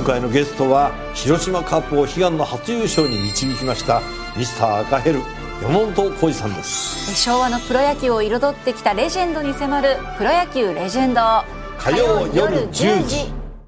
回のゲストは広島カップを悲願の初優勝に導きましたミスター赤ヘル山本浩二さんです。 昭和のプロ野球を彩ってきたレジェンドに迫るプロ野球レジェンド、 火曜夜10時。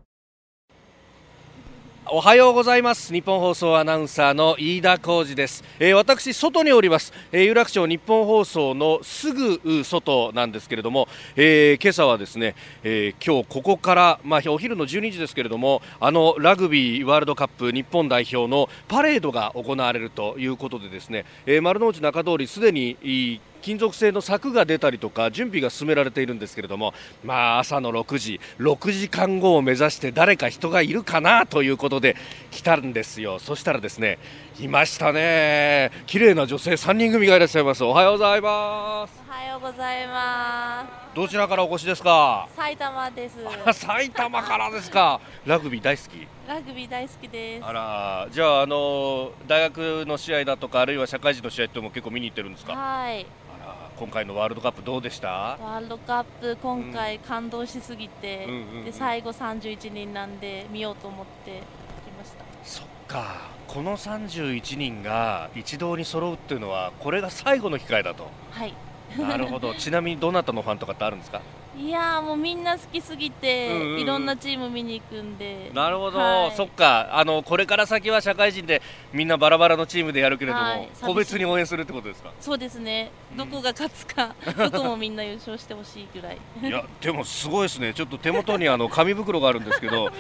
おはようございます。日本放送アナウンサーの飯田浩二です。私外におります、有楽町日本放送のすぐ外なんですけれども、今朝はですね、今日ここから、お昼の12時ですけれども、ラグビーワールドカップ日本代表のパレードが行われるということでですね、丸の内中通りすでに金属製の柵が出たりとか準備が進められているんですけれども、朝の6時間後を目指して誰か人がいるかなということで来たんですよ。そしたらですね、いましたね。綺麗な女性3人組がいらっしゃいます。おはようございます。 おはようございます。 どちらからお越しですか？ 埼玉です。 埼玉からですか。ラグビー大好き？ ラグビー大好きです。 あら、じゃあ、大学の試合だとかあるいは社会人の試合っても結構見に行ってるんですか？ はい。 今回のワールドカップどうでした？ ワールドカップ今回感動しすぎて、で最後31人なんで見ようと思って来ました。 そっか、この31人が一堂に揃うっていうのはこれが最後の機会だと。 はい。 なるほど。ちなみにどなたのファンとかってあるんですか？ いやー、もうみんな好きすぎて、いろんなチーム見に行くんで。 なるほど、 はい、 そっか。これから先は社会人でみんなバラバラのチームでやるけれども、 はい、 個別に応援するってことですか？ そうですね、どこが勝つか、どこもみんな優勝してほしいぐらい。 いやでもすごいですね。ちょっと手元に紙袋があるんですけど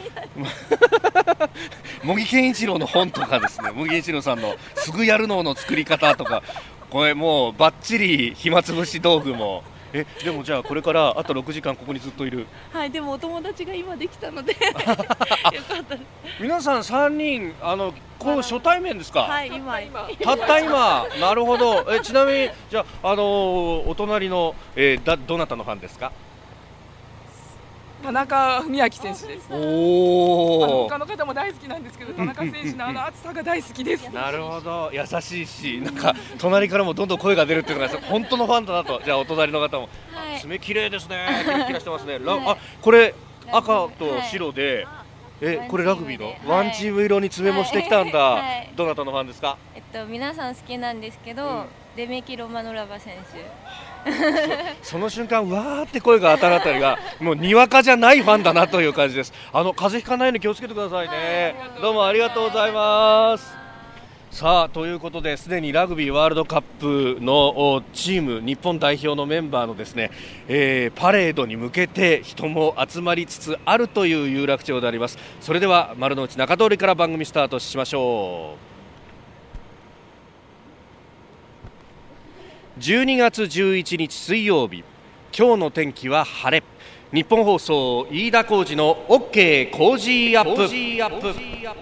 茂木健一郎の本とかですね、茂木健一郎さんのすぐやるのの作り方とか、これもうバッチリ暇つぶし道具も。でもじゃあこれからあと6時間ここにずっといる？ はい、でもお友達が今できたのでよかったです。 皆さん3人こう初対面ですか？ はい、 たった今。なるほど。ちなみにじゃあ、お隣の、どなたのファンですか？ 田中史朗選手です。他の方も大好きなんですけど、田中選手の熱さが大好きです。 なるほど、優しいし、なんか隣からもどんどん声が出るっていうのが本当のファンだなと。じゃあお隣の方も、 はい、 爪綺麗ですね。キラキラしてますね。これ赤と白で、これラグビーのワンチーム色に爪もしてきたんだ。はい、どなたのファンですか？ 皆さん好きなんですけど、レメキロマノラバ選手。 その瞬間わーって声が当たるあたりがもうにわかじゃないファンだなという感じです。風邪ひかないように気をつけてくださいね。どうもありがとうございます。さあ、ということですでにラグビーワールドカップのチーム日本代表のメンバーのですね、パレードに向けて人も集まりつつあるという有楽町であります。それでは丸の内中通りから番組スタートしましょう。12月11日水曜日、今日の天気は晴れ。日本放送飯田浩司の OK コージーアップ。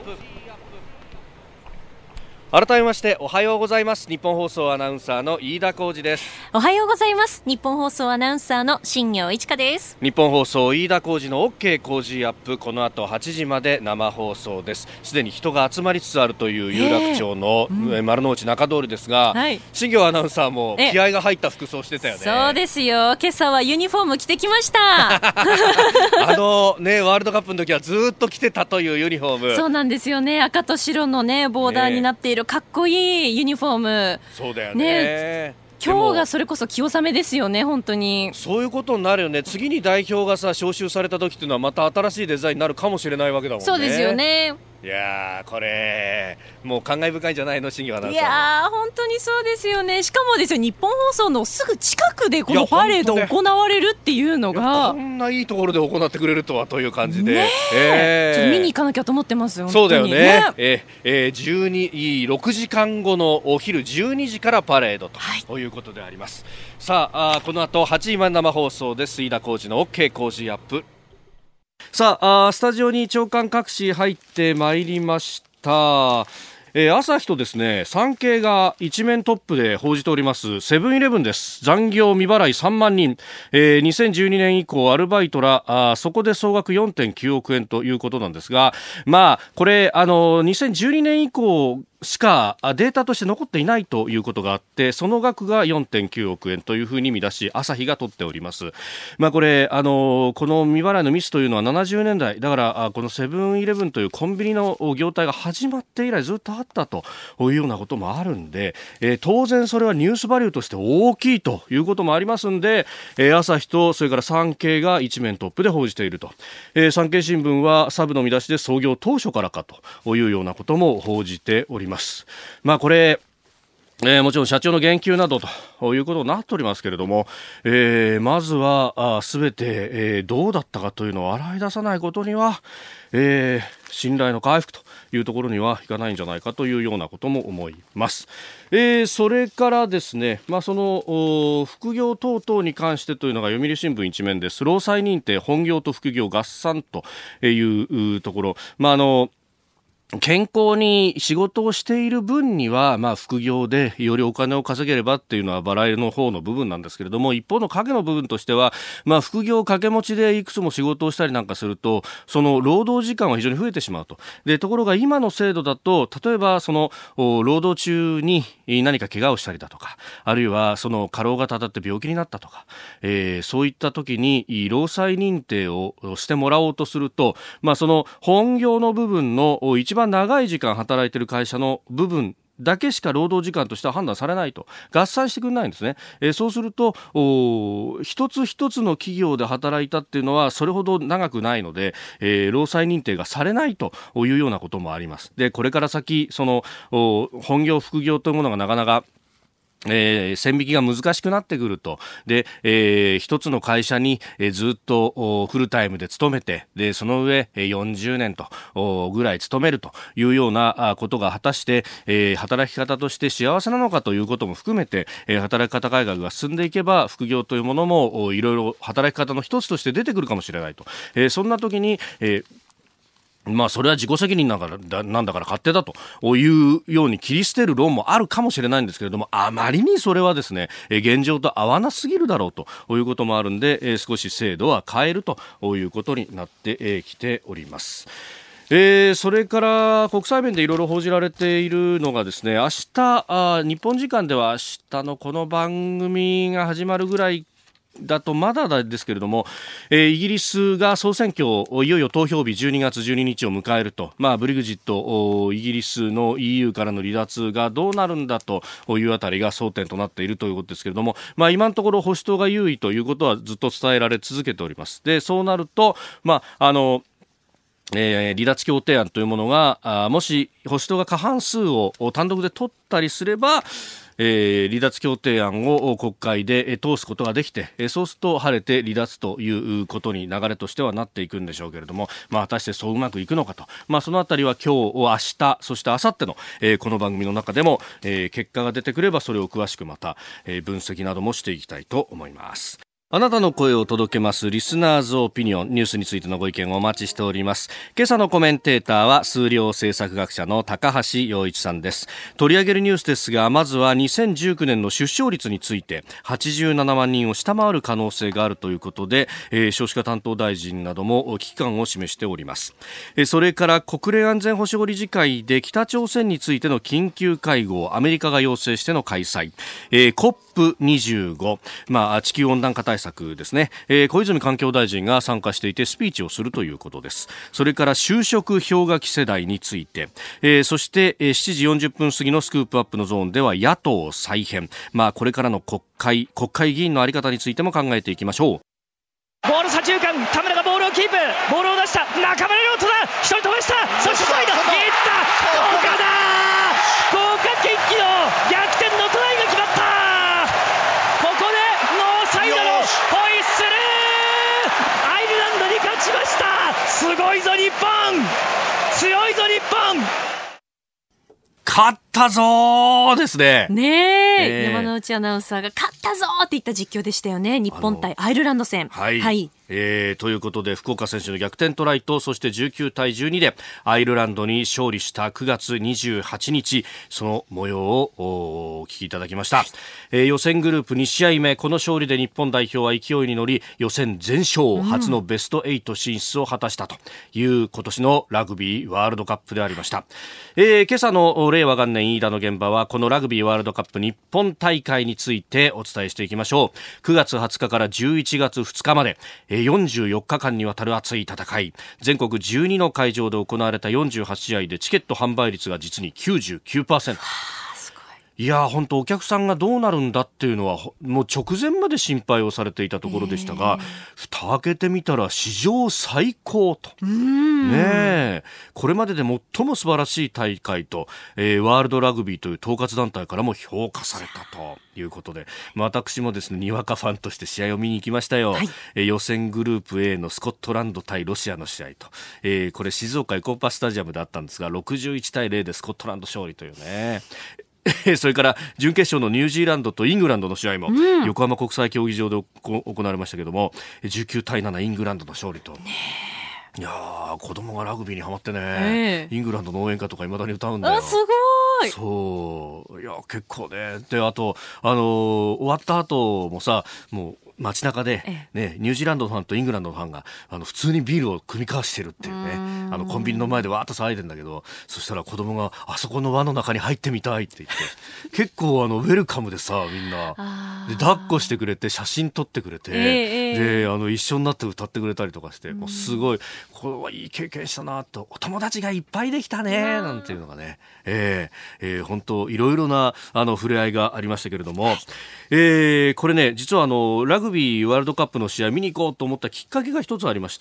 改めましておはようございます。日本放送アナウンサーの飯田浩司です。 おはようございます。日本放送アナウンサーの新業一華です。 日本放送飯田浩司の OK コージーアップ、この後8時まで生放送です。すでに人が集まりつつあるという有楽町の、丸の内中通りですが、新業アナウンサーも気合が入った服装してたよね。 そうですよ。今朝はユニフォーム着てきました。 ワールドカップの時はずっと着てたというユニフォーム。 そうなんですよね。赤と白のねボーダーになっているかっこいいユニフォーム。 そうだよね。 今日がそれこそ清雨ですよね。本当にそういうことになるよね。次に代表が招集された時っていうのはまた新しいデザインになるかもしれないわけだもんね。 そうですよね。 いやー、これもう感慨深いんじゃないの、新業アナウンサー。 いやー、本当にそうですよね。しかもですよ、日本放送のすぐ近くでこのパレード行われるっていうのが、 こんないいところで行ってくれるとはという感じで、 ちょっと見に行かなきゃと思ってますよ。 そうだよね。6時間後のお昼12時からパレードということであります。さあ、この後8時まで生放送です。飯田浩司の OK コージーアップ。さあ、スタジオに朝刊各紙入ってまいりました。朝日とですね、産経が一面トップで報じておりますセブンイレブンです。残業未払い3万人、2012年以降アルバイトらそこで総額 4.9 億円ということなんですが、これ2012年以降しかデータとして残っていないということがあって、その額が 4.9 億円というふうに見出し朝日が取っております。これこの未払いのミスというのは70年代だから、このセブンイレブンというコンビニの業態が始まって以来ずっとあったというようなこともあるんで、当然それはニュースバリューとして大きいということもありますんで、朝日とそれから産経が一面トップで報じていると。産経新聞はサブの見出しで創業当初からかというようなことも報じております。これもちろん社長の言及などということになっておりますけれども、まずは全て、どうだったかというのを洗い出さないことには、信頼の回復というところにはいかないんじゃないかというようなことも思います。それからですね、その副業等々に関してというのが読売新聞一面です。労災認定本業と副業合算というところ、健康に仕事をしている分には、副業でよりお金を稼げればっていうのは払いの方の部分なんですけれども、一方の影の部分としては、副業掛け持ちでいくつも仕事をしたりなんかすると、その労働時間は非常に増えてしまうと。ところが今の制度だと、例えばその労働中に何か怪我をしたりだとか、あるいはその過労がたたって病気になったとか、そういった時に労災認定をしてもらおうとすると、その本業の部分の一番長い時間働いている会社の部分だけしか労働時間としては判断されないと、合算してくれないんですね。そうすると一つ一つの企業で働いたっていうのはそれほど長くないので、労災認定がされないというようなこともあります。でこれから先その本業副業というものがなかなか線引きが難しくなってくると。で、一つの会社にずっとフルタイムで勤めて、でその上40年とぐらい勤めるというようなことが果たして働き方として幸せなのかということも含めて働き方改革が進んでいけば副業というものもいろいろ働き方の一つとして出てくるかもしれないと。そんな時にそれは自己責任なんだから勝手だというように切り捨てる論もあるかもしれないんですけれども、あまりにそれはですね現状と合わなすぎるだろうということもあるんで、少し制度は変えるということになってきております。それから国際面でいろいろ報じられているのがですね、明日日本時間では明日のこの番組が始まるぐらいだとまだですけれども、イギリスが総選挙をいよいよ投票日12月12日を迎えると、ブリグジットイギリスの EU からの離脱がどうなるんだというあたりが争点となっているということですけれども、今のところ保守党が優位ということはずっと伝えられ続けております。でそうなると、離脱協定案というものがもし保守党が過半数を単独で取ったりすれば、離脱協定案を国会で通すことができて、そうすると晴れて離脱ということに流れとしてはなっていくんでしょうけれども、果たしてそううまくいくのかと、そのあたりは今日明日そして明後日の、この番組の中でも、結果が出てくればそれを詳しくまた、分析などもしていきたいと思います。あなたの声を届けますリスナーズオピニオン、ニュースについてのご意見をお待ちしております。今朝のコメンテーターは数量政策学者の高橋洋一さんです。取り上げるニュースですが、まずは2019年の出生率について87万人を下回る可能性があるということで、少子化担当大臣なども危機感を示しております。それから国連安全保障理事会で北朝鮮についての緊急会合、アメリカが要請しての開催、COP25、地球温暖化対策ですね、小泉環境大臣が参加していてスピーチをするということです。それから就職氷河期世代について、そして7時40分過ぎのスクープアップのゾーンでは野党再編、これからの国会議員の在り方についても考えていきましょう。 ボール左中間、田村がボールをキープ、ボールを出した、中村亮土だ、一人飛ばした、そしてサイド、いった、豪華だ、豪華決起の逆転のトライが決まった。ここでノーサイドのホイッスル、アイルランドに勝ちました。すごいぞ日本、強いぞ日本、 勝ったぞーですね。 山之内アナウンサーが勝ったぞーって言った実況でしたよね。日本対アイルランド戦。 はい。 ということで福岡選手の逆転トライとそして19対12でアイルランドに勝利した9月28日その模様をお聞きいただきました、予選グループ2試合目この勝利で日本代表は勢いに乗り予選全勝、初のベスト8進出を果たしたという今年のラグビーワールドカップでありました、今朝の令和元年飯田の現場はこのラグビーワールドカップ日本大会についてお伝えしていきましょう。9月20日から11月2日まで44日間にわたる熱い戦い、全国12の会場で行われた48試合でチケット販売率が実に 99%。いや本当お客さんがどうなるんだっていうのはもう直前まで心配をされていたところでしたが、蓋開けてみたら史上最高と、ね、これまでで最も素晴らしい大会と、ワールドラグビーという統括団体からも評価されたということで、私もですねにわかファンとして試合を見に行きましたよ、予選グループ A のスコットランド対ロシアの試合と、これ静岡エコパスタジアムであったんですが61対0でスコットランド勝利というねそれから準決勝のニュージーランドとイングランドの試合も横浜国際競技場で行われましたけども19対7イングランドの勝利と、いや子供がラグビーにハマってね、イングランドの応援歌とか未だに歌うんだよ。 すごい。 そういや結構ね。であと終わった後もさもう街中で、ね、ニュージーランドのファンとイングランドのファンが普通にビールを酌み交わしてるっていうね、コンビニの前でわーっと騒いでんだけど、そしたら子供があそこの輪の中に入ってみたいって言って結構ウェルカムでさみんなで抱っこしてくれて写真撮ってくれて、で一緒になって歌ってくれたりとかして、もうすごいこれはいい経験したなと、お友達がいっぱいできたねなんていうのがね、本当いろいろな触れ合いがありましたけれども、これね実はラグビーワールドカップの試合見に行こうと思ったきっかけが一つありまして、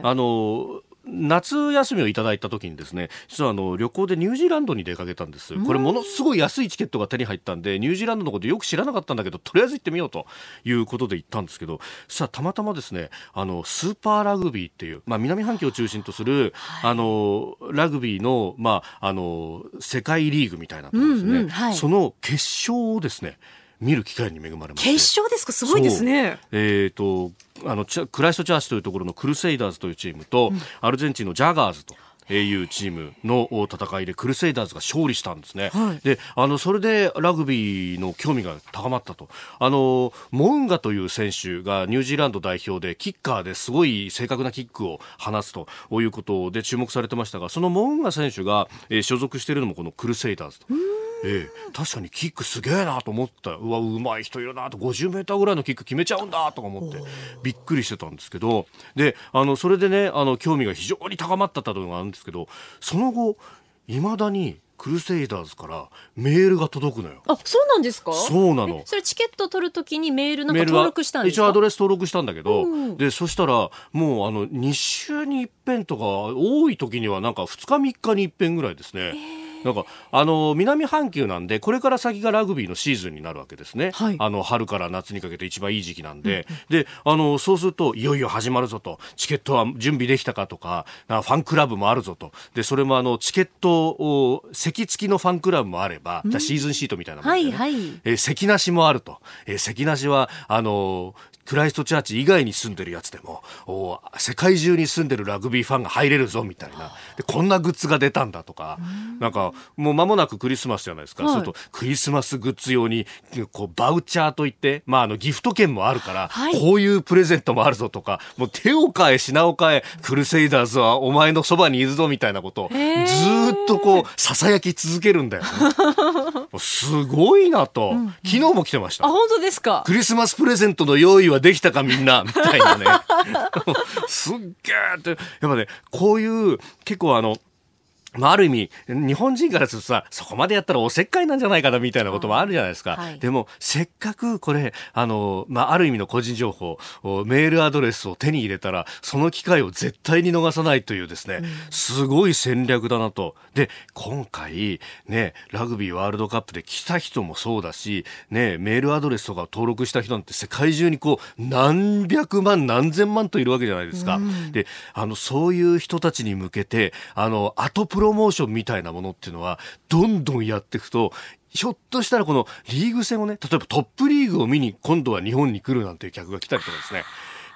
夏休みをいただいた時にですね実は旅行でニュージーランドに出かけたんです。これものすごい安いチケットが手に入ったんでニュージーランドのことよく知らなかったんだけどとりあえず行ってみようということで行ったんですけど、そしたらたまたまですねスーパーラグビーっていう、南半球を中心とする、ラグビーの、世界リーグみたいなところですね、その決勝をですね見る機会に恵まれまして。 決勝ですか、すごいですね。 クライストチャーチというところのクルセイダーズというチームと、アルゼンチンのジャガーズというチームの戦いでクルセイダーズが勝利したんですね、でそれでラグビーの興味が高まったと。モウンガという選手がニュージーランド代表でキッカーですごい正確なキックを放つということで注目されてましたが、そのモウンガ選手が、所属しているのもこのクルセイダーズと。確かにキックすげえなと思った。うわうまい人いるなと、50メーターぐらいのキック決めちゃうんだとか思ってびっくりしてたんですけど、でそれでね興味が非常に高まったというのがあるんですけど、その後未だにクルセイダーズからメールが届くのよ。 あ、そうなんですか。 そうなの。 それチケット取るときにメールなんか登録したんですか。 一応アドレス登録したんだけど、でそしたらもう2週に一遍とか多い時にはなんか2日3日に一遍ぐらいですね。なんか南半球なんでこれから先がラグビーのシーズンになるわけですね、春から夏にかけて一番いい時期なんで、でそうするといよいよ始まるぞと、チケットは準備できたかとか、ファンクラブもあるぞと、でそれもチケット席付きのファンクラブもあれば、シーズンシートみたいなもので、ね、席なしもあると、席なしはクライストチャーチ以外に住んでるやつでも世界中に住んでるラグビーファンが入れるぞみたいな、でこんなグッズが出たんだとか、なんかもう間もなくクリスマスじゃないですか、そうするとクリスマスグッズ用にこうバウチャーといって、ギフト券もあるから、こういうプレゼントもあるぞとか、もう手を変え品を変えクルセイダーズはお前のそばにいるぞみたいなことをずっとこう囁き続けるんだよ、ね、すごいなと、昨日も来てました。 あ、本当ですか。 クリスマスプレゼントの用意はできたかみんなみたいなねすっげーって、やっぱねこういう結構ある意味日本人からするとさ、そこまでやったらおせっかいなんじゃないかなみたいなこともあるじゃないですか、でもせっかくこれある意味の個人情報、メールアドレスを手に入れたらその機会を絶対に逃さないというですね、すごい戦略だなと。で今回ねラグビーワールドカップで来た人もそうだし、ね、メールアドレスとか登録した人なんて世界中にこう何百万何千万といるわけじゃないですか、でそういう人たちに向けて後プロモーションみたいなものっていうのはどんどんやっていくと、ひょっとしたらこのリーグ戦をね、例えばトップリーグを見に今度は日本に来るなんていう客が来たりとかですね、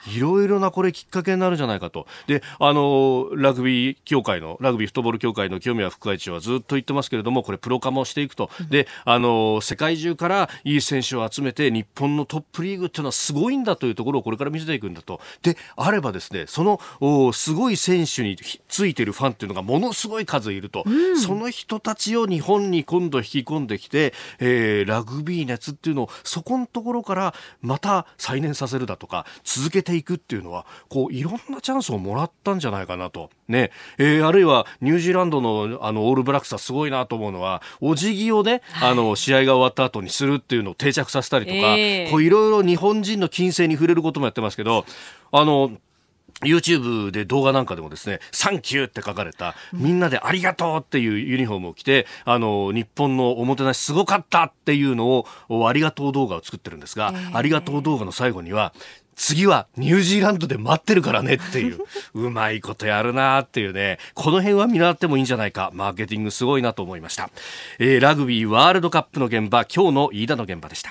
いろいろなこれきっかけになるんじゃないかと。で、ラグビーフットボール協会の清宮副会長はずっと言ってますけれども、これプロ化もしていくと。で、世界中からいい選手を集めて日本のトップリーグっていうのはすごいんだというところをこれから見せていくんだと。であればですね、そのすごい選手についているファンっていうのがものすごい数いると、その人たちを日本に今度引き込んできて、ラグビー熱っていうのをそこのところからまた再燃させるだとか続けていくっていうのは、こういろんなチャンスをもらったんじゃないかなとね。あるいはニュージーランドのオールブラックスはすごいなと思うのは、お辞儀をね、試合が終わった後にするっていうのを定着させたりとか、こういろいろ日本人の金星に触れることもやってますけど、YouTube で動画なんかでもですね、サンキューって書かれた、みんなでありがとうっていうユニフォームを着て、日本のおもてなしすごかったっていうのを、ありがとう動画を作ってるんですが、ありがとう動画の最後には、次はニュージーランドで待ってるからねっていう、うまいことやるなっていうね、この辺は見習ってもいいんじゃないか、マーケティングすごいなと思いました。ラグビーワールドカップの現場、今日の飯田の現場でした。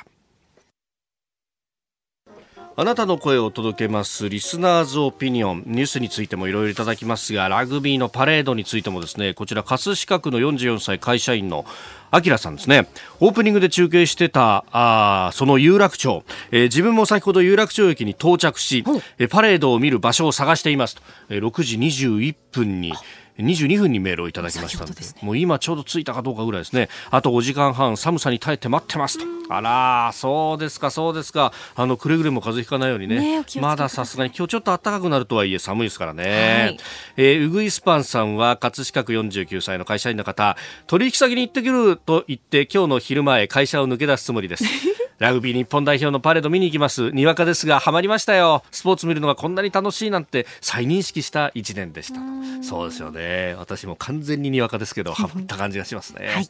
あなたの声を届けますリスナーズオピニオン、ニュースについてもいろいろいただきますが、ラグビーのパレードについてもですね、こちら葛飾区の44歳会社員のアキラさんですね、オープニングで中継してたその有楽町、自分も先ほど有楽町駅に到着し、パレードを見る場所を探していますと、6時21分に22分にメールをいただきましたので、もう今ちょうど着いたかどうかぐらいですね。あと5時間半寒さに耐えて待ってますと。あら、そうですかそうですか。くれぐれも風邪ひかないように ねまださすがに今日ちょっと暖かくなるとはいえ寒いですからね、うぐいすパンさんは葛飾区49歳の会社員の方、取引先に行ってくると言って今日の昼前会社を抜け出すつもりですラグビー日本代表のパレード見に行きます。にわかですがハマりましたよ。スポーツ見るのがこんなに楽しいなんて再認識した1年でした。そうですよね。私も完全ににわかですけどハマった感じがしますね、はい。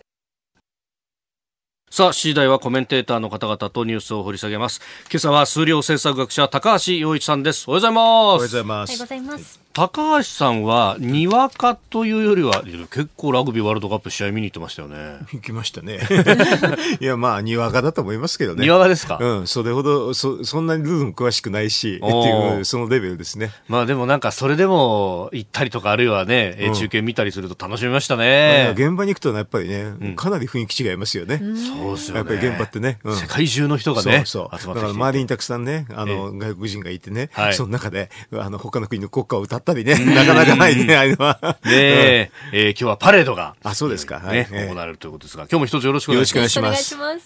さあ、7時台はコメンテーターの方々とニュースを掘り下げます。今朝は数量政策学者高橋洋一さんです。おはようございます。 おはようございます。 おはようございます。 高橋さんはにわかというよりは結構ラグビーワールドカップ試合見に行ってましたよね。 行きましたねいや、まあにわかだと思いますけどね。 にわかですか。 それほど そんなにルールも詳しくないしっていうそのレベルですね。 まあでもなんかそれでも行ったりとかあるいはね、中継見たりすると楽しみましたね、 現場に行くとやっぱりね、かなり雰囲気違いますよね。 そうですよね。 やっぱり現場ってね、 世界中の人がねそう集まってきて、 だから周りにたくさんね外国人がいてね、その中で他の国の国歌を歌ったりねなかなかないね、あれは。 今日はパレードがそうですか、 行われるということですが、今日も一つよろしくお願いします。 よろしくお願いします。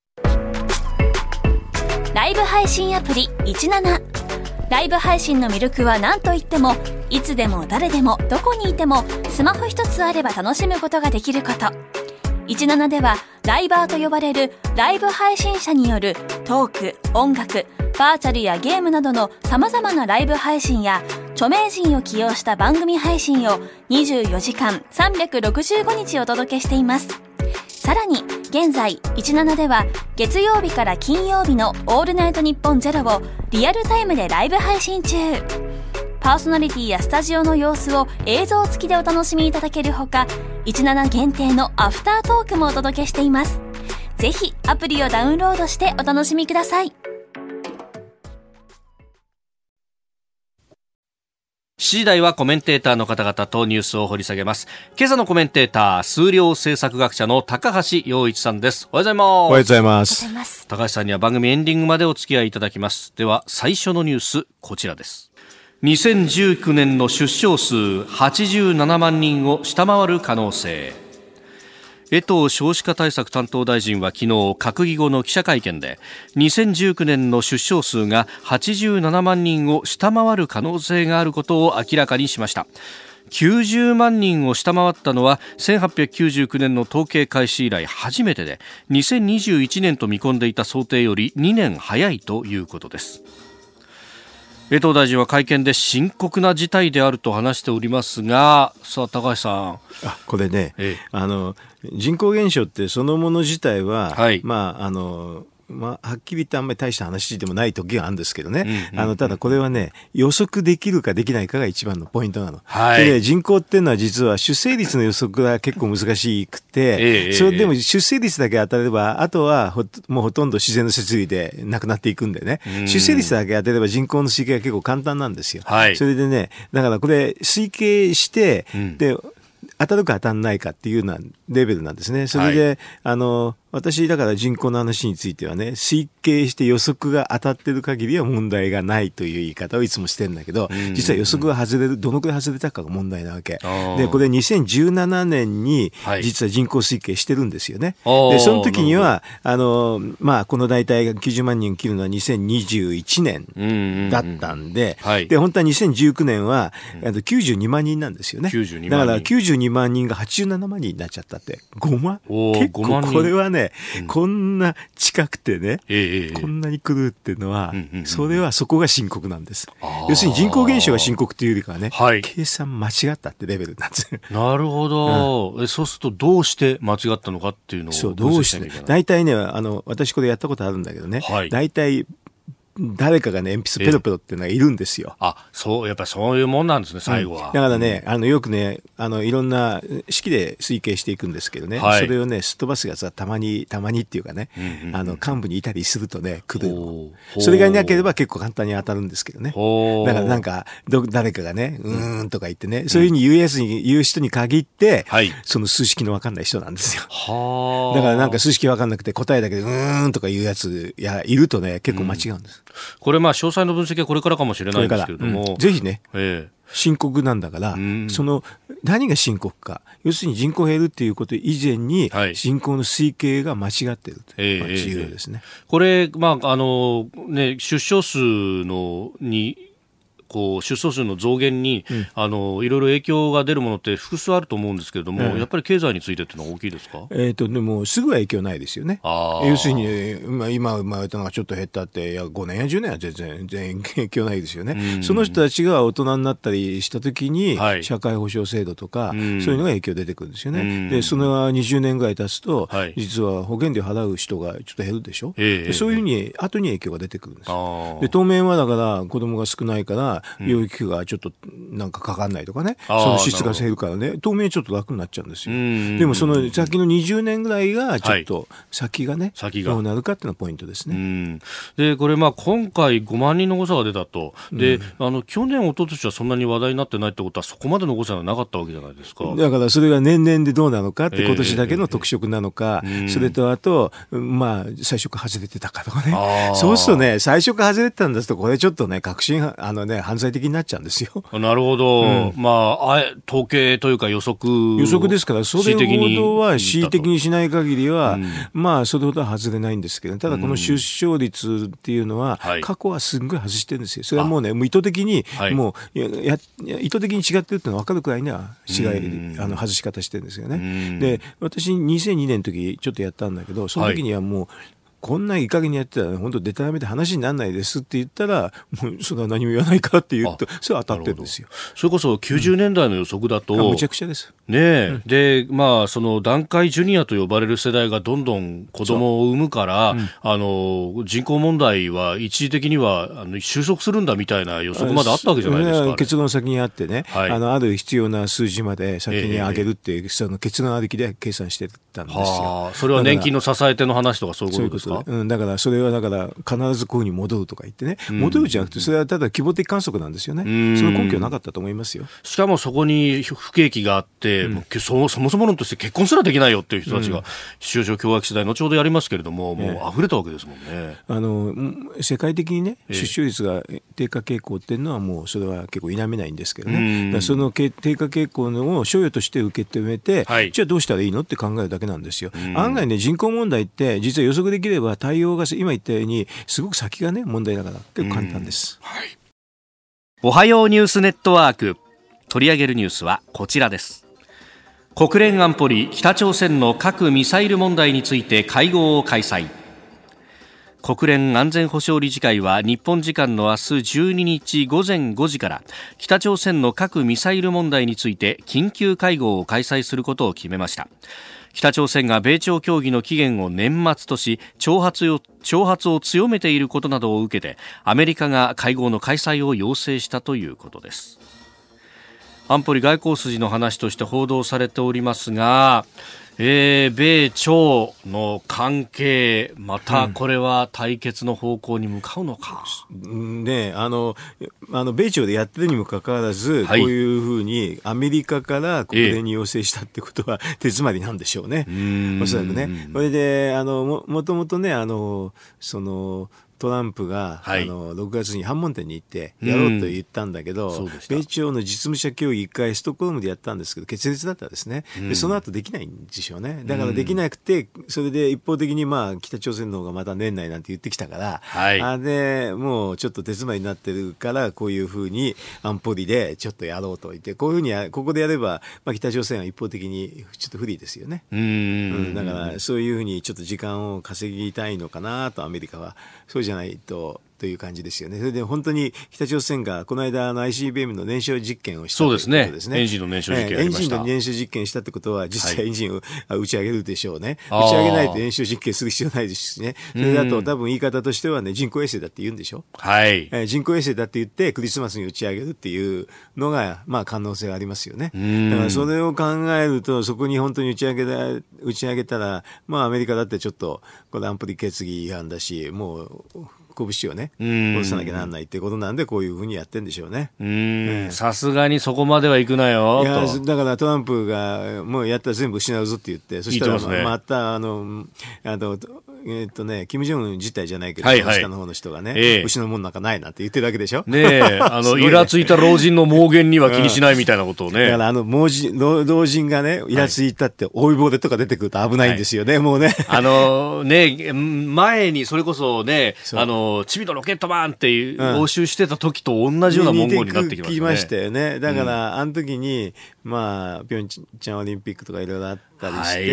ライブ配信アプリ17。ライブ配信の魅力は何といっても、いつでも誰でもどこにいてもスマホ一つあれば楽しむことができること。17ではライバーと呼ばれるライブ配信者によるトーク、音楽、バーチャルやゲームなどの様々なライブ配信や著名人を起用した番組配信を24時間365日お届けしています。さらに現在17では月曜日から金曜日のオールナイトニッポンゼロをリアルタイムでライブ配信中。パーソナリティやスタジオの様子を映像付きでお楽しみいただけるほか、17限定のアフタートークもお届けしています。ぜひアプリをダウンロードしてお楽しみください。 7時台はコメンテーターの方々とニュースを掘り下げます。今朝のコメンテーター、数量政策学者の高橋洋一さんです。おはようございます。 おはようございます。 高橋さんには番組エンディングまでお付き合いいただきます。では最初のニュース、こちらです。2019年の出生数87万人を下回る可能性。江藤少子化対策担当大臣は昨日閣議後の記者会見で、2019年の出生数が87万人を下回る可能性があることを明らかにしました。90万人を下回ったのは1899年の統計開始以来初めてで、2021年と見込んでいた想定より2年早いということです。江藤大臣は会見で深刻な事態であると話しておりますが、さあ高橋さん、 これね、人口減少ってそのもの自体は、 はっきり言ってあんまり大した話でもない時があるんですけどね、ただこれはね、予測できるかできないかが一番のポイントなの。で人口っていうのは実は出生率の予測が結構難しくて、それでも出生率だけ当たれば、あとはもうほとんど自然の摂理でなくなっていくんでね、出生率だけ当てれば人口の推計が結構簡単なんですよ。それでね、だからこれ推計して、で当たるか当たらないかっていうようなレベルなんですね。それで、私だから人口の話についてはね、推計して予測が当たってる限りは問題がないという言い方をいつもしてるんだけど、実は予測が外れる、どのくらい外れたかが問題なわけ。で、これ2017年に実は人口推計してるんですよね。で、その時には、まあ、この大体90万人切るのは2021年だったんで、で、本当は2019年は92万人なんですよね。だから92万人が87万人になっちゃったって。5万結構これはね、こんな近くてね、こんなに来るっていうのは、そこが深刻なんです。要するに人口減少が深刻というよりかはね、計算間違ったってレベルなんです。 なるほど、そうするとどうして間違ったのかっていうのをそう、どうして、大体ね、私これやったことあるんだけどね、大体誰かがね、鉛筆ペロペロっていうのがいるんですよ。 そう、やっぱりそういうもんなんですね、最後は。 だからね、よくね、いろんな式で推計していくんですけどね、それをね、すっ飛ばすやつはたまにっていうかね、幹部にいたりするとね、来るの。それがいなければ結構簡単に当たるんですけどね。だからなんか、誰かがね、とか言ってね、そういうふうに言う人に限って、その数式の分かんない人なんですよ。だからなんか数式分かんなくて答えだけで、とか言うやついるとね、結構間違うんです。 これ詳細の分析はこれからかもしれないんですけれども、 ぜひね、深刻なんだから、何が深刻か、要するに人口減るっていうこと以前に、人口の推計が間違っているというのが重要ですね。 これ、出生数に出生数の増減に、いろいろ影響が出るものって複数あると思うんですけれども、やっぱり経済についてってのは大きいですか？ でもすぐは影響ないですよね。要するに、今生まれたのがちょっと減ったって、5年や10年は全然影響ないですよね。その人たちが大人になったりしたときに、社会保障制度とか、そういうのが影響出てくるんですよね。で、それが20年ぐらい経つと、実は保険料払う人がちょっと減るでしょ。でそういうふうに後に影響が出てくるんですよ。で、当面はだから子供が少ないから、養育費がちょっとなんかかかんないとかね、その支出が減るからね、当面ちょっと楽になっちゃうんですよ。でもその先の20年ぐらいがちょっと先がね、どうなるかっていうのがポイントですね。 で、これ今回5万人の誤差が出たと。で、去年、一昨年はそんなに話題になってないってことは、そこまでの誤差がなかったわけじゃないですか。 だからそれが年々でどうなのかって、今年だけの特色なのか、それとあと、最初から外れてたかとかね。そうするとね、最初から外れてたんですと、これちょっとね、犯罪的になっちゃうんですよ。 なるほど。統計というか予測ですから、それほどは恣意的にしない限りは、それほどは外れないんですけど、ただこの出生率っていうのは、過去はすんごい外してるんですよ。それはもうね、意図的に、意図的に違ってるってのは分かるくらいには外し方してるんですよね。で、私2002年の時ちょっとやったんだけど、その時にはもう、こんないい加減にやってたら本当デタラメで話にならないですって言ったら、もうそれは何も言わないからって言うと、それは当たってるんですよ。 それこそ90年代の予測だと、 むちゃくちゃです。 で、その団塊ジュニアと呼ばれる世代がどんどん子供を産むから、人口問題は一時的には収束するんだみたいな予測まであったわけじゃないですか。 結論先にあってね、ある必要な数字まで先に上げるっていう、その結論ありきで計算してたんですよ。 それは年金の支え手の話とかそういうことですか？ だからそれは必ずこういうふうに戻るとか言ってね、戻るじゃなくて、それはただ規模的観測なんですよね。その根拠なかったと思いますよ。 しかもそこに不景気があって、そもそも論として結婚すらできないよっていう人たちが、中小共学時代後ほどやりますけれども、もう溢れたわけですもんね。世界的にね、出生率が低下傾向っていうのはもうそれは結構否めないんですけどね。その低下傾向のを所与として受け止めて、じゃあどうしたらいいのって考えるだけなんですよ。案外ね、人口問題って実は予測できれば対応が今言ったようにすごく先がね問題だから結構簡単です。 おはようニュースネットワーク、取り上げるニュースはこちらです。国連安保理、北朝鮮の核・ミサイル問題について会合を開催。 国連安全保障理事会は日本時間の明日12日午前5時から北朝鮮の核・ミサイル問題について緊急会合を開催することを決めました。北朝鮮が米朝協議の期限を年末とし挑発を強めていることなどを受けてアメリカが会合の開催を要請したということです。安保理外交筋の話として報道されておりますが、米朝の関係またこれは対決の方向に向かうのか、 ね、米朝でやってるにもかかわらず、こういうふうにアメリカから国連に要請したってことは手詰まりなんでしょうね、おそらくね。それでもともとねトランプが、6月に反問店に行ってやろうと言ったんだけど、米朝の実務者協議1回ストックホルムでやったんですけど決裂だったんですね。でその後できないんでしょうね。だからできなくて、それで一方的に北朝鮮の方がまた年内なんて言ってきたから、でもうちょっと手詰まりになってるからこういうふうに安保理でちょっとやろうと言ってこういうふうにここでやれば、北朝鮮は一方的にちょっと不利ですよね。だからそういうふうにちょっと時間を稼ぎたいのかなとアメリカは。そうじゃないという感じですよね。それで本当に北朝鮮がこの間ICBM の燃焼実験をしたということですね。 エンジンの燃焼実験やりました。 エンジンの燃焼実験したってことは実際エンジンを打ち上げるでしょうね。打ち上げないと燃焼実験する必要ないですしね。それだと多分言い方としてはね、人工衛星だって言うんでしょ。人工衛星だって言ってクリスマスに打ち上げるっていうのが可能性がありますよね。だからそれを考えるとそこに本当に打ち上げたらアメリカだってちょっとこれ安保理決議違反だしもう拳をね下ろさなきゃならないってことなんでこういうふうにやってるんでしょうね。 さすがにそこまでは行くなよと。 だからトランプがもうやったら全部失うぞって言ってそしたらまた金正恩自体じゃないけど、下の方の人がね、失うもんなんかないなんて言ってるわけでしょ。 イラついた老人の妄言には気にしないみたいなことをね。 だから老人がね、イラついたって老いぼれとか出てくると危ないんですよね、もうね。 前にそれこそね、チビのロケットマンっていう、応酬してた時と同じような文言になってきましたね。 聞きましたよね。だから、あの時に、ピョンチャンオリンピックとかいろいろあったりして、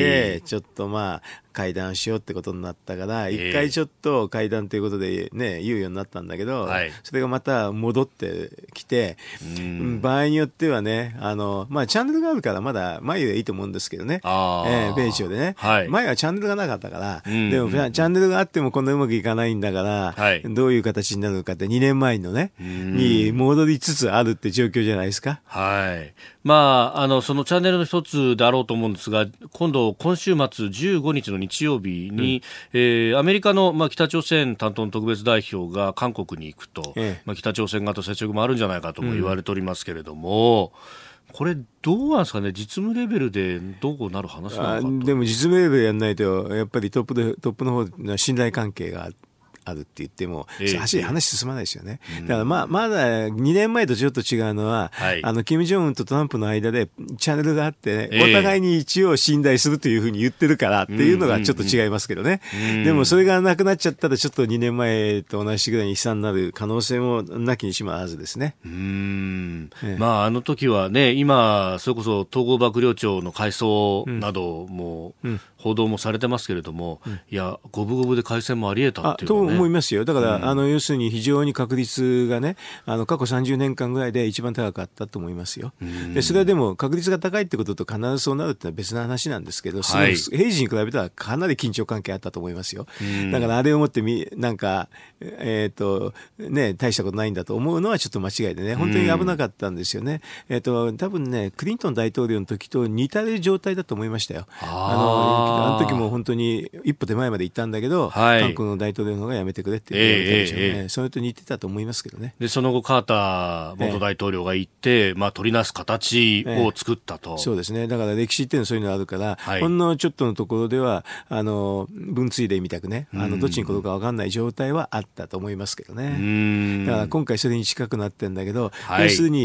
ちょっと会談しようってことになったから、一回ちょっと会談ということでね、言うようになったんだけど、それがまた戻ってきて、場合によってはね、チャンネルがあるからまだ前でいいと思うんですけどね、米朝でね、前はチャンネルがなかったから、でもチャンネルがあってもこんなうまくいかないんだから、どういう形になるのかって2年前のね、に戻りつつあるって状況じゃないですか。 そのチャンネルの一つであろうと思うんですが、今週末15日の日曜日に、アメリカの、北朝鮮担当の特別代表が韓国に行くと、北朝鮮側と接触もあるんじゃないかとも言われておりますけれども、これどうなんですかね、実務レベルでどうなる話なのかと。 でも実務レベルやんないとやっぱりトップの方の信頼関係があるって言っても、話進まないですよね。だからまだ2年前とちょっと違うのは、金正恩とトランプの間でチャンネルがあって、お互いに一応信頼するというふうに言ってるからっていうのがちょっと違いますけどね。でもそれがなくなっちゃったらちょっと2年前と同じぐらいに悲惨になる可能性もなきにしもあらずですね。 あの時はね、今それこそ統合幕僚長の改装なども、報道もされてますけれども、いや五分五分で改選もあり得たっていうね。 思いますよ。だから、要するに非常に確率がね、過去30年間ぐらいで一番高かったと思いますよ。でそれはでも確率が高いってことと必ずそうなるってのは別な話なんですけど、平時に比べたらかなり緊張関係あったと思いますよ。だからあれをもって大したことないんだと思うのはちょっと間違いでね、本当に危なかったんですよね。多分ね、クリントン大統領の時と似た状態だと思いましたよ。あの時も本当に一歩手前まで行ったんだけど、韓国の大統領の方がやめてくれって言ってたでしょうね。それと似てたと思いますけどね。 でその後カーター元大統領が行って、取りなす形を作ったと。 そうですね。だから歴史っていうのはそういうのがあるから、ほんのちょっとのところでは分水嶺みたくね、どっちに転ぶか分かんない状態はあったと思いますけどね。だから今回それに近くなってるんだけど、要するに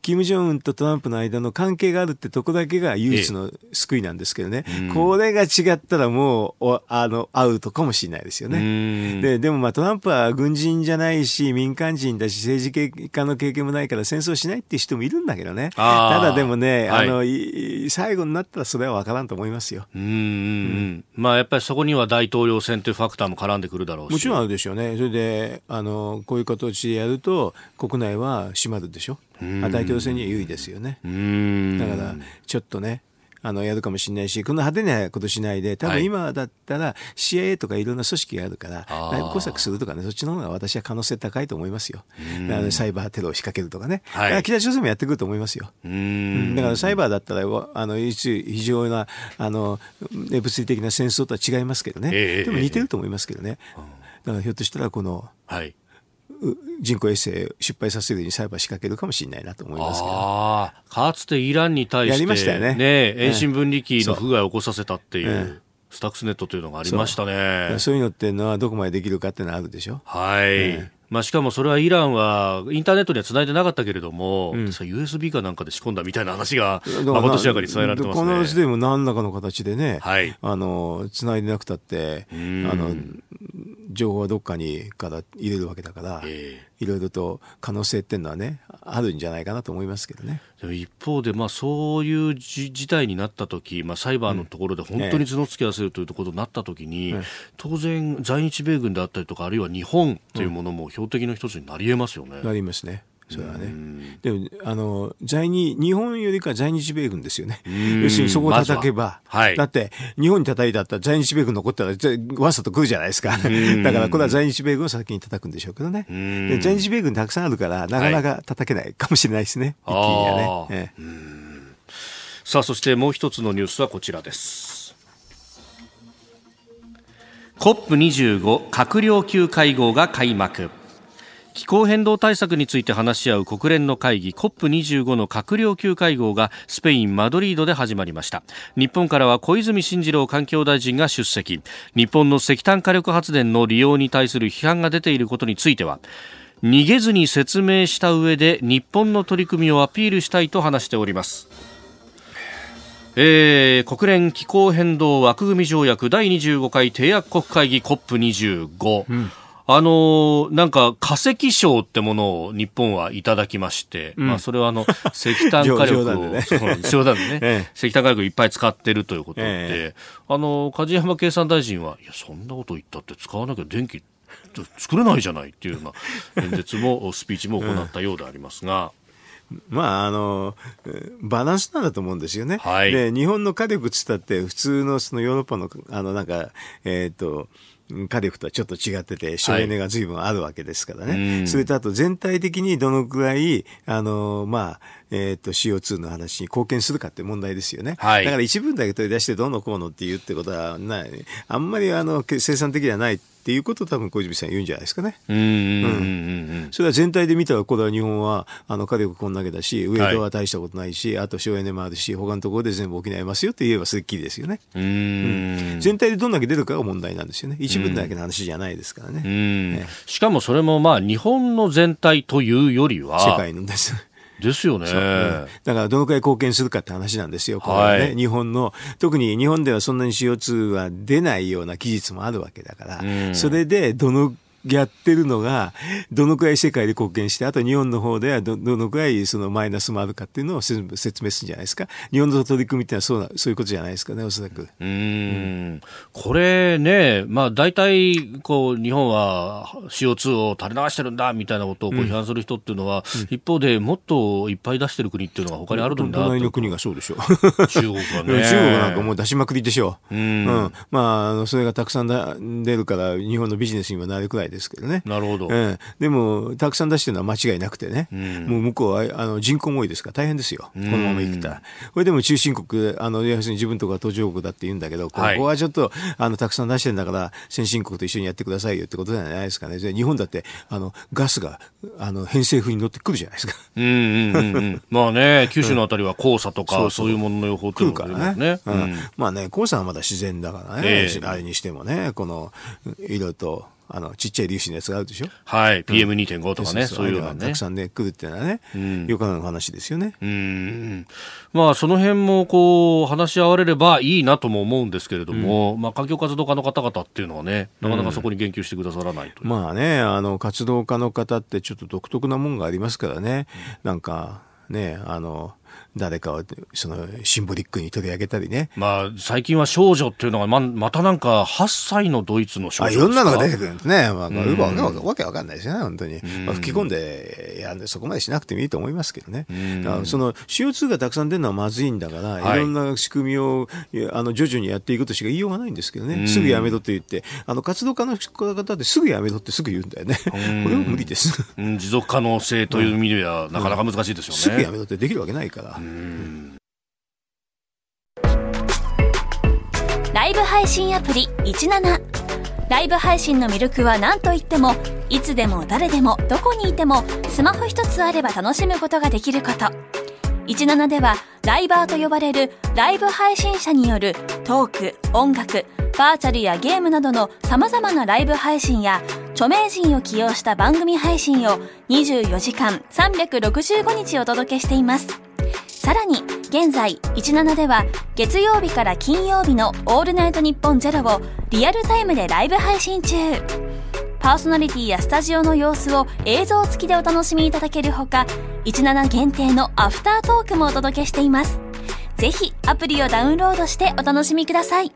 金正恩とトランプの間の関係があるってとこだけが唯一の救いなんですけどね、これが違ったらもうアウトかもしれないですよね。でもまあトランプは軍人じゃないし民間人だし政治家の経験もないから戦争しないっていう人もいるんだけどね。ただでもね、最後になったらそれは分からんと思いますよ。 まあやっぱりそこには大統領選というファクターも絡んでくるだろうし。 もちろんあるでしょうね。それでこういう形でやると国内は閉まるでしょ。大統領選には有利ですよね。だからちょっとねやるかもしれないし、この派手なことしないで、多分今だったら CIA とかいろんな組織があるから内部工作するとかね、そっちの方が私は可能性高いと思いますよ。サイバーテロを仕掛けるとかね、だから北朝鮮もやってくると思いますよ。だからサイバーだったら非常な物理的な戦争とは違いますけどね、でも似てると思いますけどね。だからひょっとしたらこの、人工衛星失敗させるようにサイバー仕掛けるかもしれないなと思いますけど。 かつてイランに対して、 やりましたよね。 遠心分離機の不具合を起こさせたっていう、スタックスネットというのがありましたね。 そういうのっていうのはどこまでできるかっていうのはあるでしょ。 まあ、しかもそれはイランはインターネットには繋いでなかったけれども、USB かなんかで仕込んだみたいな話がまことしやかに伝えられてますね。 この話でも何らかの形でね、繋いでなくたって情報はどっかにから入れるわけだから、いろいろと可能性っていうのはねあるんじゃないかなと思いますけどね。 でも一方で、そういう事態になったとき、サイバーのところで本当に角突き合わせるというところになったときに、当然在日米軍であったりとか、あるいは日本というものも標的の一つになり得ますよね。 なりますね。それはね。でも日本よりか在日米軍ですよね。要するにそこを叩けば、だって日本に叩いたったら在日米軍残ったらわっさと来るじゃないですか。だからこれは在日米軍を先に叩くんでしょうけどね。で在日米軍たくさんあるからなかなか叩けないかもしれないですね。一気にはね。 さあそしてもう一つのニュースはこちらです。COP25 閣僚級会合が開幕。気候変動対策について話し合う国連の会議 COP25 の閣僚級会合がスペイン・マドリードで始まりました。日本からは小泉進次郎環境大臣が出席。日本の石炭火力発電の利用に対する批判が出ていることについては、逃げずに説明した上で日本の取り組みをアピールしたいと話しております。国連気候変動枠組条約第25回締約国会議 COP25、なんか化石賞ってものを日本はいただきまして、それは石炭火力を冗談でね、石炭火力いっぱい使ってるということで、梶山経産大臣はいやそんなこと言ったって使わなきゃ電気作れないじゃないっていうような演説もスピーチも行ったようでありますが。 バランスなんだと思うんですよね。で日本の火力つったって普通のそのヨーロッパの火力とはちょっと違ってて省エネが随分あるわけですからね。それとあと全体的にどのくらいCO2 の話に貢献するかって問題ですよね。だから一部だけ取り出してどうのこうのって言うってことはあんまり生産的ではないっていうことを多分小泉さん言うんじゃないですかね。それは全体で見たらこれは日本は火力こんだけだしウェイトは大したことないし、あと省エネもあるし他のところで全部補えますよって言えばすっきりですよね。全体でどんだけ出るかが問題なんですよね。一部だけの話じゃないですからね。 しかもそれも日本の全体というよりは世界のですよね。 だからどのくらい貢献するかって話なんですよ。これね、日本の特に日本ではそんなに CO2 は出ないような期日もあるわけだから、それでやってるのがどのくらい世界で貢献して、あと日本の方ではどのくらいそのマイナスもあるかっていうのを説明するんじゃないですか。日本の取り組みってのはそういうことじゃないですかね、おそらく。 これね、大体日本は CO2 を垂れ流してるんだみたいなことを批判する人っていうのは、一方でもっといっぱい出してる国っていうのが他にあるんだ。 隣の国がそうでしょ。 中国はね。 中国なんかもう出しまくりでしょ。それがたくさん出るから日本のビジネスにもなるくらいですけどね。 なるほど。 でもたくさん出してるのは間違いなくてね、もう向こうは人口も多いですから大変ですよ、このままいくと。これでも中心国要するに自分とこは途上国だって言うんだけど、ここはちょっとたくさん出してるんだから先進国と一緒にやってくださいよってことじゃないですかね。日本だってガスが偏西風に乗ってくるじゃないですか。 九州のあたりは黄砂とか、そういうものの予報っていうのがありますね。 黄砂はまだ自然だからね、あれにしてもね、いろいろとちっちゃい粒子のやつがあるでしょ。 はい。PM2.5 とかね、そういうのがね。 たくさんね、来るっていうのはね、よくある話ですよね。 まあ、その辺も、こう、話し合われればいいなとも思うんですけれども、まあ、環境活動家の方々っていうのはね、なかなかそこに言及してくださらないという。 まあね、活動家の方ってちょっと独特なもんがありますからね、なんか、ね、誰かをそのシンボリックに取り上げたりね。 まあ、最近は少女っていうのが またなんか8歳のドイツの少女ですか。 いろんなのが出てくるんですね。わけわかんないですよね、本当に。吹き込んでやんでそこまでしなくてもいいと思いますけどね。その CO2 がたくさん出るのはまずいんだから、いろんな仕組みを徐々にやっていくとしか言いようがないんですけどね。すぐやめろって言って、活動家の方ってすぐやめろってすぐ言うんだよね。これは無理です。 持続可能性という意味ではなかなか難しいですよね。 すぐやめろってできるわけないから。 ライブ配信アプリ17。ライブ配信の魅力は何といっても、いつでも誰でもどこにいてもスマホ一つあれば楽しむことができること。17ではライバーと呼ばれるライブ配信者によるトーク、音楽、バーチャルやゲームなどの様々なライブ配信や著名人を起用した番組配信を24時間365日お届けしています。さらに現在17では月曜日から金曜日のオールナイトニッポンゼロをリアルタイムでライブ配信中。パーソナリティやスタジオの様子を映像付きでお楽しみいただけるほか、17限定のアフタートークもお届けしています。ぜひアプリをダウンロードしてお楽しみください。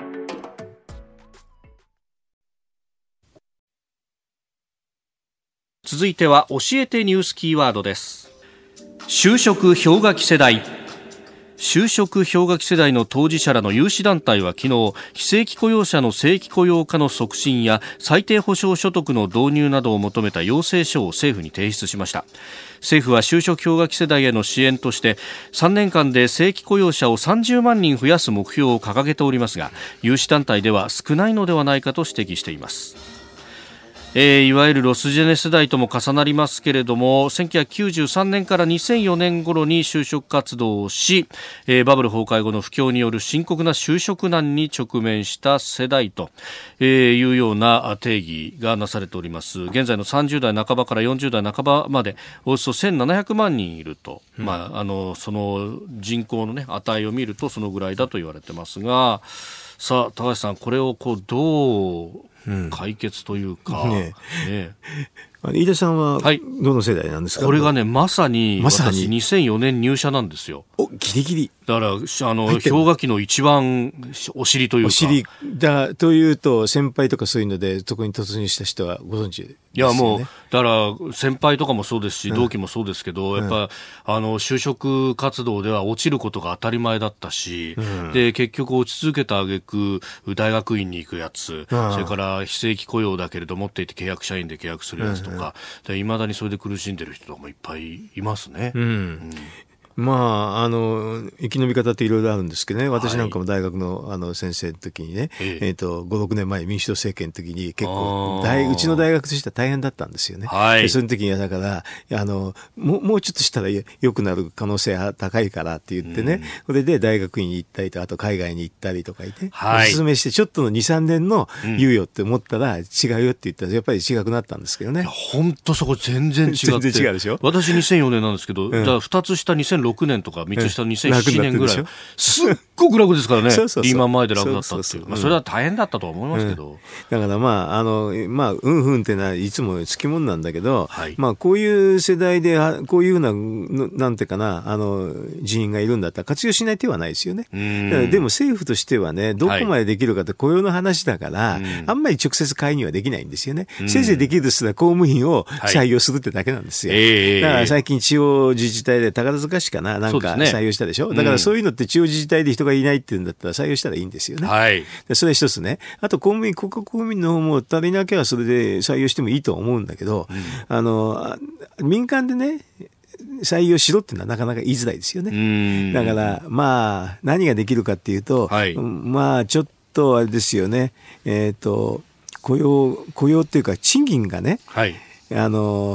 続いては教えてニュースキーワードです。就職氷河期世代。就職氷河期世代の当事者らの有志団体は昨日、非正規雇用者の正規雇用化の促進や最低保障所得の導入などを求めた要請書を政府に提出しました。政府は就職氷河期世代への支援として3年間で正規雇用者を30万人増やす目標を掲げておりますが、有志団体では少ないのではないかと指摘しています。いわゆるロスジェネ世代とも重なりますけれども、1993年から2004年頃に就職活動をし、バブル崩壊後の不況による深刻な就職難に直面した世代というような定義がなされております。現在の30代半ばから40代半ばまでおよそ1700万人いると、その人口の、値を見るとそのぐらいだと言われてますが、さあ高橋さん、これをどう解決というか、 飯田さんはどの世代なんですか。 これがね、まさに私2004年入社なんですよ。 ギリギリだから氷河期の一番お尻というか、 お尻だというと先輩とかそういうのでそこに突入した人はご存知ですよね。 いやもうだから先輩とかもそうですし、同期もそうですけど、やっぱ就職活動では落ちることが当たり前だったし、で結局落ち続けた挙句大学院に行くやつ、それから非正規雇用だけれど持っていて契約社員で契約するやつとか、いまだにそれで苦しんでる人とかもいっぱいいますね。 まあ、生き延び方っていろいろあるんですけどね、私なんかも大学の、先生の時にね、5、6年前民主党政権の時に結構うちの大学としては大変だったんですよね。でその時にはだからもうちょっとしたら良くなる可能性が高いからって言ってね、それで大学院に行ったりと、あと海外に行ったりとかいて、お勧めしてちょっとの 2,3 年の猶予って思ったら違うよって言ったらやっぱり違くなったんですけどね。 本当そこ全然違って、 全然違うでしょ。 私2004年なんですけど、だから2つ下2006年とか3つ下2007年ぐらい、すっごく楽ですからね。リーマン前で楽だったっていう。それは大変だったとは思いますけど、 だからっていうのはいつもつきもんなんだけど、こういう世代でこういうふうななんていうかな、人員がいるんだったら活用しない手はないですよね。でも政府としてはね、どこまでできるかって雇用の話だから、あんまり直接介入はできないんですよね。せいぜいできるとしたら公務員を採用するってだけなんですよ。だから最近地方自治体で宝塚市かな、なんか採用したでしょ。だからそういうのって地方自治体で人がいないっていうんだったら採用したらいいんですよね。でそれ一つね。あと国家公務員の方も足りなきゃそれで採用してもいいと思うんだけど、民間でね採用しろっていうのはなかなか言いづらいですよね。だから何ができるかっていうと、ちょっとあれですよね。雇用っていうか賃金がね、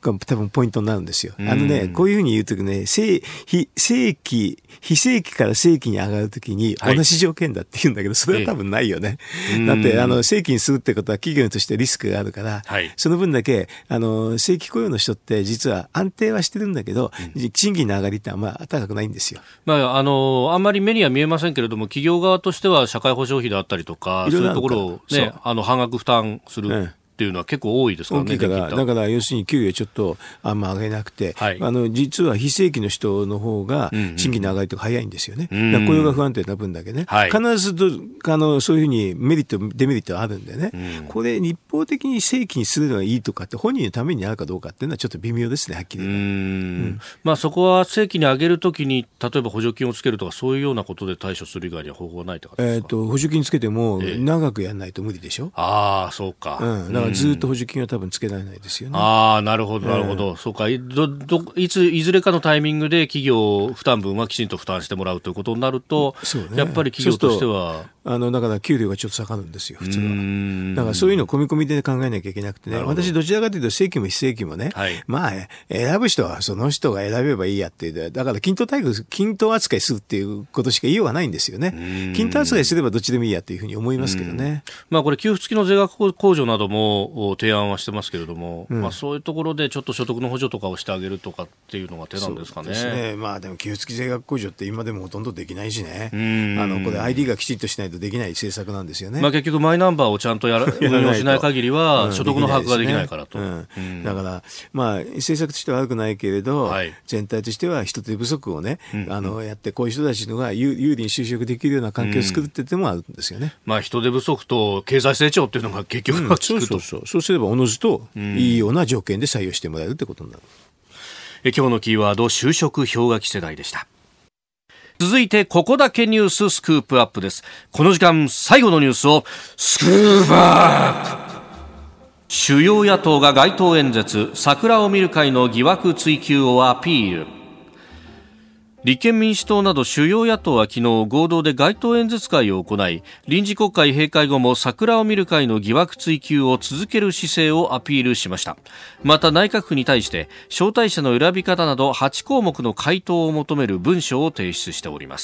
が多分ポイントになるんですよ。こういうふうに言うときね、非正規から正規に上がるときに同じ条件だって言うんだけど、それは多分ないよね。だって正規にするってことは企業としてリスクがあるから、その分だけ正規雇用の人って実は安定はしてるんだけど、賃金の上がりってあんま高くないんですよ。 あんまり目には見えませんけれども、企業側としては社会保障費であったりとか、そういうところをね、半額負担する。っていうのは結構多いですからね。 大きいから、だから要するに給与ちょっとあんま上げなくて、実は非正規の人の方が賃金の上がりとか早いんですよね。だから雇用が不安定な分だけね。必ずそういうふうにメリット、デメリットはあるんでね。これ一方的に正規にするのがいいとかって本人のためになるかどうかっていうのはちょっと微妙ですね、はっきり言う。そこは正規に上げるときに、例えば補助金をつけるとかそういうようなことで対処する以外には方法はないってことですか？ 補助金つけても長くやらないと無理でしょ。 そうか。 だからずっと補助金は多分つけられないですよね。 なるほど、なるほど。そうか。いずれかのタイミングで企業負担分はきちんと負担してもらうということになると、やっぱり企業としては。 だから給料がちょっと下がるんですよ、普通は。だからそういうのを込み込みで考えなきゃいけなくてね。私どちらかというと正規も非正規もね、選ぶ人はその人が選べばいいやって。だから均等扱いするっていうことしか言いようがないんですよね。均等扱いすればどっちでもいいやっていうふうに思いますけどね。 これ給付付きの税額控除なども提案はしてますけれども、そういうところでちょっと所得の補助とかをしてあげるとかっていうのが手なんですかね。 そうですね。でも給付付き税額控除って今でもほとんどできないしね。これ ID がきちっとしないとできない政策なんですよね。 結局マイナンバーをちゃんと運用しない限りは所得の把握ができないからと。 だから政策としては悪くないけれど、全体としては人手不足をね、やってこういう人たちのが有利に就職できるような環境を作るって手もあるんですよね。 人手不足と経済成長っていうのが結局は効くと。 そうすればおのずといいような条件で採用してもらえるってことになる。 今日のキーワード、就職氷河期世代でした。続いてここだけニューススクープアップです。この時間最後のニュースをスクープアップ。主要野党が街頭演説、桜を見る会の疑惑追及をアピール。立憲民主党など主要野党は昨日合同で街頭演説会を行い、臨時国会閉会後も桜を見る会の疑惑追及を続ける姿勢をアピールしました。また内閣府に対して招待者の選び方など8項目の回答を求める文書を提出しております。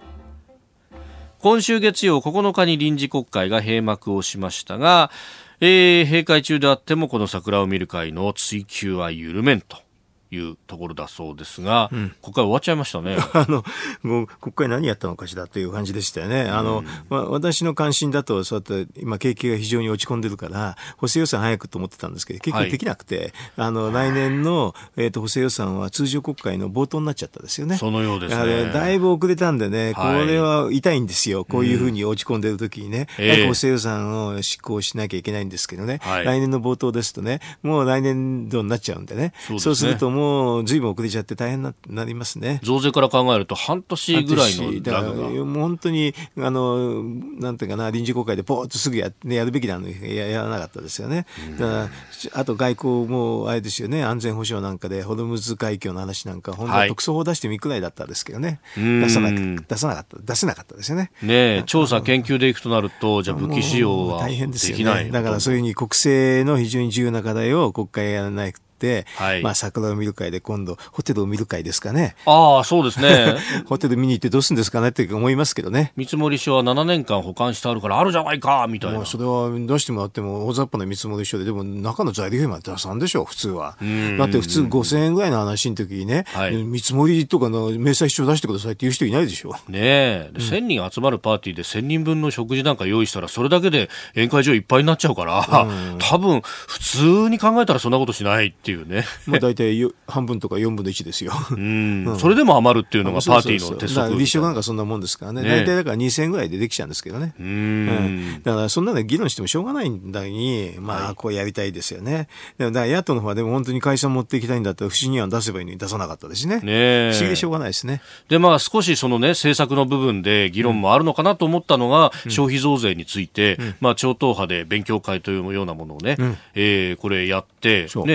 今週月曜9日に臨時国会が閉幕をしましたが、閉会中であってもこの桜を見る会の追及は緩めんというところだそうですが、国会終わっちゃいましたね。 国会何やったのかしらという感じでしたよね。私の関心だと、そうやって今景気が非常に落ち込んでるから、補正予算早くと思ってたんですけど、結局できなくて、来年の、補正予算は通常国会の冒頭になっちゃったですよね。 そのようですね。 だいぶ遅れたんでね、これは痛いんですよ。こういうふうに落ち込んでる時にね、補正予算を執行しなきゃいけないんですけどね、来年の冒頭ですとね、もう来年度になっちゃうんでね、そうするともうずいぶん遅れちゃって大変になりますね。 増税から考えると半年ぐらいのラグが。 もう本当になんていうかな、臨時国会でポーッとすぐやるべきなのにやらなかったですよね。だからあと外交もあれですよね、安全保障なんかでホルムズ海峡の話なんか本当は特措法出してもいいくらいだったんですけどね、出せなかったですよね。 調査研究でいくとなると、じゃあ武器使用はできない。 大変ですよね。だからそういうふうに国政の非常に重要な課題を国会がやらない桜を見る会で今度ホテルを見る会ですかね。 そうですね。 ホテル見に行ってどうするんですかねって思いますけどね。 見積書は7年間保管してあるからあるじゃないかみたいな。 それは出してもらっても大雑把な見積書で、でも中の材料費まで出さんでしょ普通は。だって普通5000円ぐらいの話の時にね、見積もりとかの明細書出してくださいって言う人いないでしょ。 1000人集まるパーティーで1000人分の食事なんか用意したらそれだけで宴会場いっぱいになっちゃうから、多分普通に考えたらそんなことしないっていうね。 大体半分とか4分の1ですよ。 それでも余るっていうのがパーティーの鉄則。 立証なんかそんなもんですからね。大体だから2000円ぐらいでできちゃうんですけどね。だからそんなの議論してもしょうがないんだに、こうやりたいですよね。だから野党の方はでも本当に解散持っていきたいんだったら不信任案出せばいいのに出さなかったですね。不思議でしょうがないですね。 で少しそのね政策の部分で議論もあるのかなと思ったのが、消費増税について、超党派で勉強会というようなものをね、これやってね、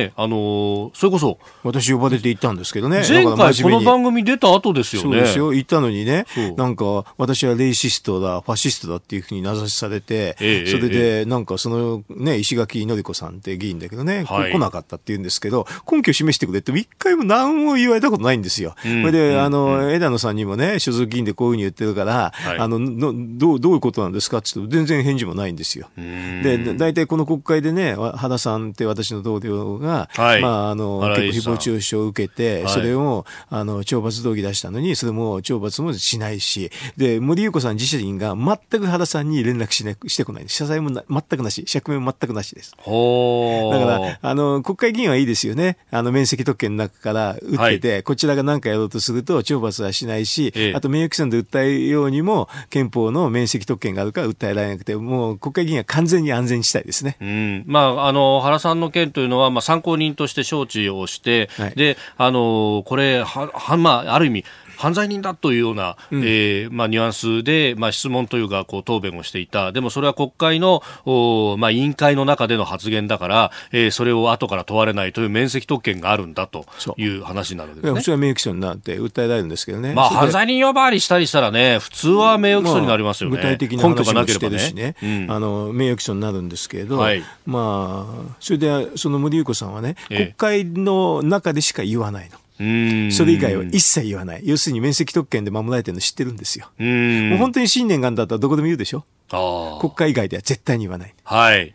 それこそ私呼ばれて行ったんですけどね。 前回この番組出た後ですよね。 そうですよ。行ったのにね、なんか私はレイシストだファシストだっていうふうに名指しされて、それでなんかそのね石垣のり子さんって議員だけどね、来なかったって言うんですけど、根拠を示してくれって一回も何も言われたことないんですよ。それで枝野さんにもね、所属議員でこういうふうに言ってるから、どういうことなんですかって言って全然返事もないんですよ。で、大体この国会でね、原さんって私の同僚が、結構誹謗中傷を受けて、それを懲罰動議出したのに、それも懲罰もしないし、で、森裕子さん自身が全く原さんに連絡してこない。謝罪も全くなし、釈明も全くなしです。だから、国会議員はいいですよね。免責特権の中から打ってて、こちらが何かやろうとすると懲罰はしないし、あと名誉毀損で訴えようにも、憲法の免責特権があるから訴えられなくて、もう国会議員は完全に安全地帯ですね。 原さんの件というのは、参考人として招致をして、で、これある意味、犯罪人だというような、ニュアンスで、質問というか答弁をしていた。でもそれは国会の委員会の中での発言だから、それを後から問われないという免責特権があるんだという話になるわけですね。 普通は名誉毀損になって訴えられるんですけどね。 犯罪人呼ばわりしたりしたらね、普通は名誉毀損になりますよね。 具体的な話もしてるしね、名誉毀損になるんですけれど、それでその森裕子さんはね、国会の中でしか言わないの。それ以外は一切言わない。要するに免責特権で守られてるの知ってるんですよ。もう本当に信念があるんだったらどこでも言うでしょ。国会以外では絶対に言わない。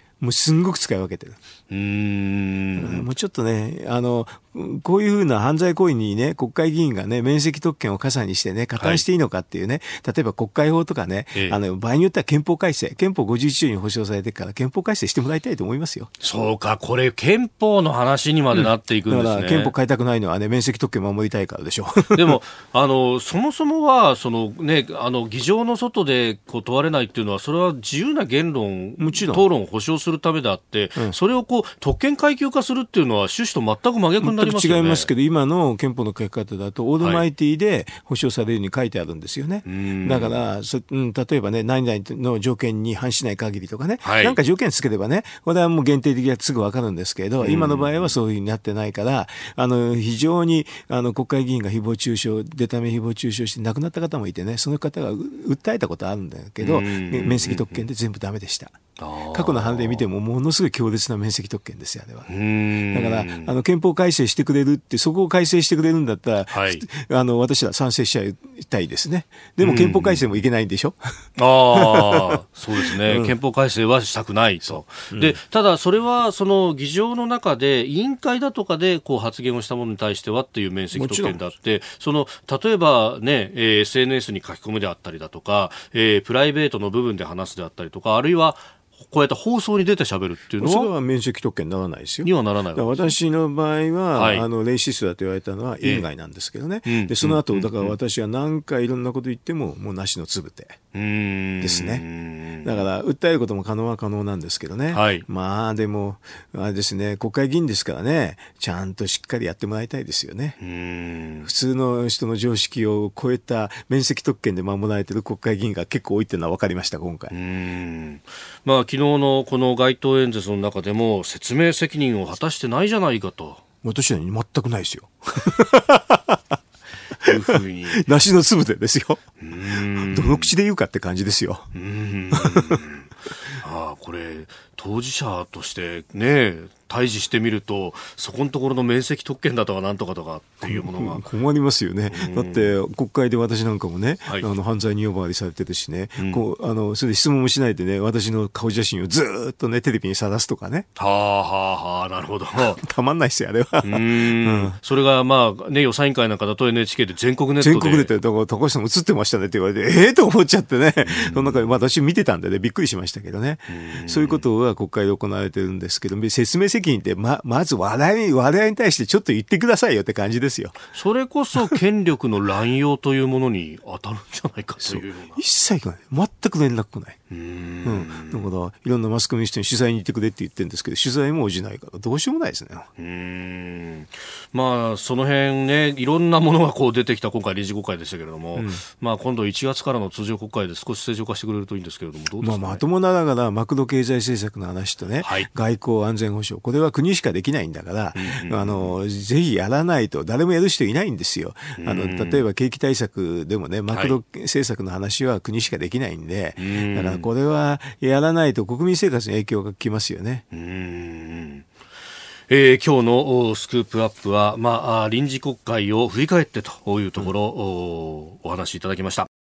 もうすんごく使い分けてる。もうちょっとね、こういうふうな犯罪行為にね、国会議員がね、免責特権を傘にしてね、加担していいのかっていうね、例えば国会法とかね、場合によっては憲法改正、憲法51条に保障されてるから憲法改正してもらいたいと思いますよ。 そうか、これ憲法の話にまでなっていくんですね。 だから憲法変えたくないのはね、免責特権守りたいからでしょ。 でも、そもそもは、議場の外で問われないっていうのは、それは自由な言論、討論を保障するためであって、それを特権階級化するっていうのは趣旨と全く真逆になりますよね。 違いますけど、今の憲法の書き方だとオールマイティで保障されるように書いてあるんですよね。だから例えばね、何々の条件に反しない限りとかね、なんか条件つければね、これはもう限定的ですぐ分かるんですけど、今の場合はそういうふうになってないから、非常に国会議員が誹謗中傷、出た目誹謗中傷して亡くなった方もいてね、その方が訴えたことあるんだけど、免責特権で全部ダメでした。過去の判例見てもものすごい強烈な免責特権ですよ、あれは。だから憲法改正してくれるって、そこを改正してくれるんだったら、私は賛成しちゃいたいですね。でも憲法改正もいけないんでしょ。 そうですね。憲法改正はしたくないと。で、ただそれはその議場の中で委員会だとかで発言をしたものに対してはっていう免責特権であって、例えばね、SNS に書き込むであったりだとか、プライベートの部分で話すであったりとか、あるいはこうやって放送に出て喋るっていうのは、 それは免責特権にならないですよ。 にはならないわけです。 私の場合は、レイシストだと言われたのは委員外なんですけどね。で、その後、だから私は何回いろんなこと言っても、もうなしのつぶてですね。だから、訴えることも可能なんですけどね。でも、あれですね、国会議員ですからね、ちゃんとしっかりやってもらいたいですよね。普通の人の常識を超えた免責特権で守られている国会議員が結構多いっていうのは分かりました、今回。 昨日のこの街頭演説の中でも説明責任を果たしてないじゃないかと。 私は全くないですよ。 いうふうに梨のつぶてですよ。どの口で言うかって感じですよ。 これ当事者としてね、対峙してみると、そこのところの免責特権だとかなんとかとかっていうものが困りますよね。だって国会で私なんかもね、犯罪に呼ばわりされてるしね、それで質問もしないでね、私の顔写真をずーっとねテレビにさらすとかね。なるほど。たまんないですよ、あれは。 それが予算委員会なんかだと NHK で全国ネットで。 全国ネットで、だから高橋さん映ってましたねって言われて、と思っちゃってね。その中で私見てたんでね、びっくりしましたけどね。そういうことが国会で行われてるんですけど、説明責任ってまず我々に対してちょっと言ってくださいよって感じですよ。 それこそ権力の乱用というものに当たるんじゃないかというような。 一切来ない。全く連絡来ない。だからいろんなマスコミの人に取材に行ってくれって言ってるんですけど、取材も応じないからどうしようもないですね。 その辺ね、いろんなものが出てきた今回理事国会でしたけれども、今度1月からの通常国会で少し正常化してくれるといいんですけれども、どうですかね。 まともながらマクロ経済政策の話とね、外交安全保障、これは国しかできないんだから、ぜひやらないと誰もやる人いないんですよ。例えば景気対策でもね、マクロ政策の話は国しかできないんで、だからこれはやらないと国民生活に影響がきますよね。 今日のスクープアップは、臨時国会を振り返ってというところ、お話いただきました。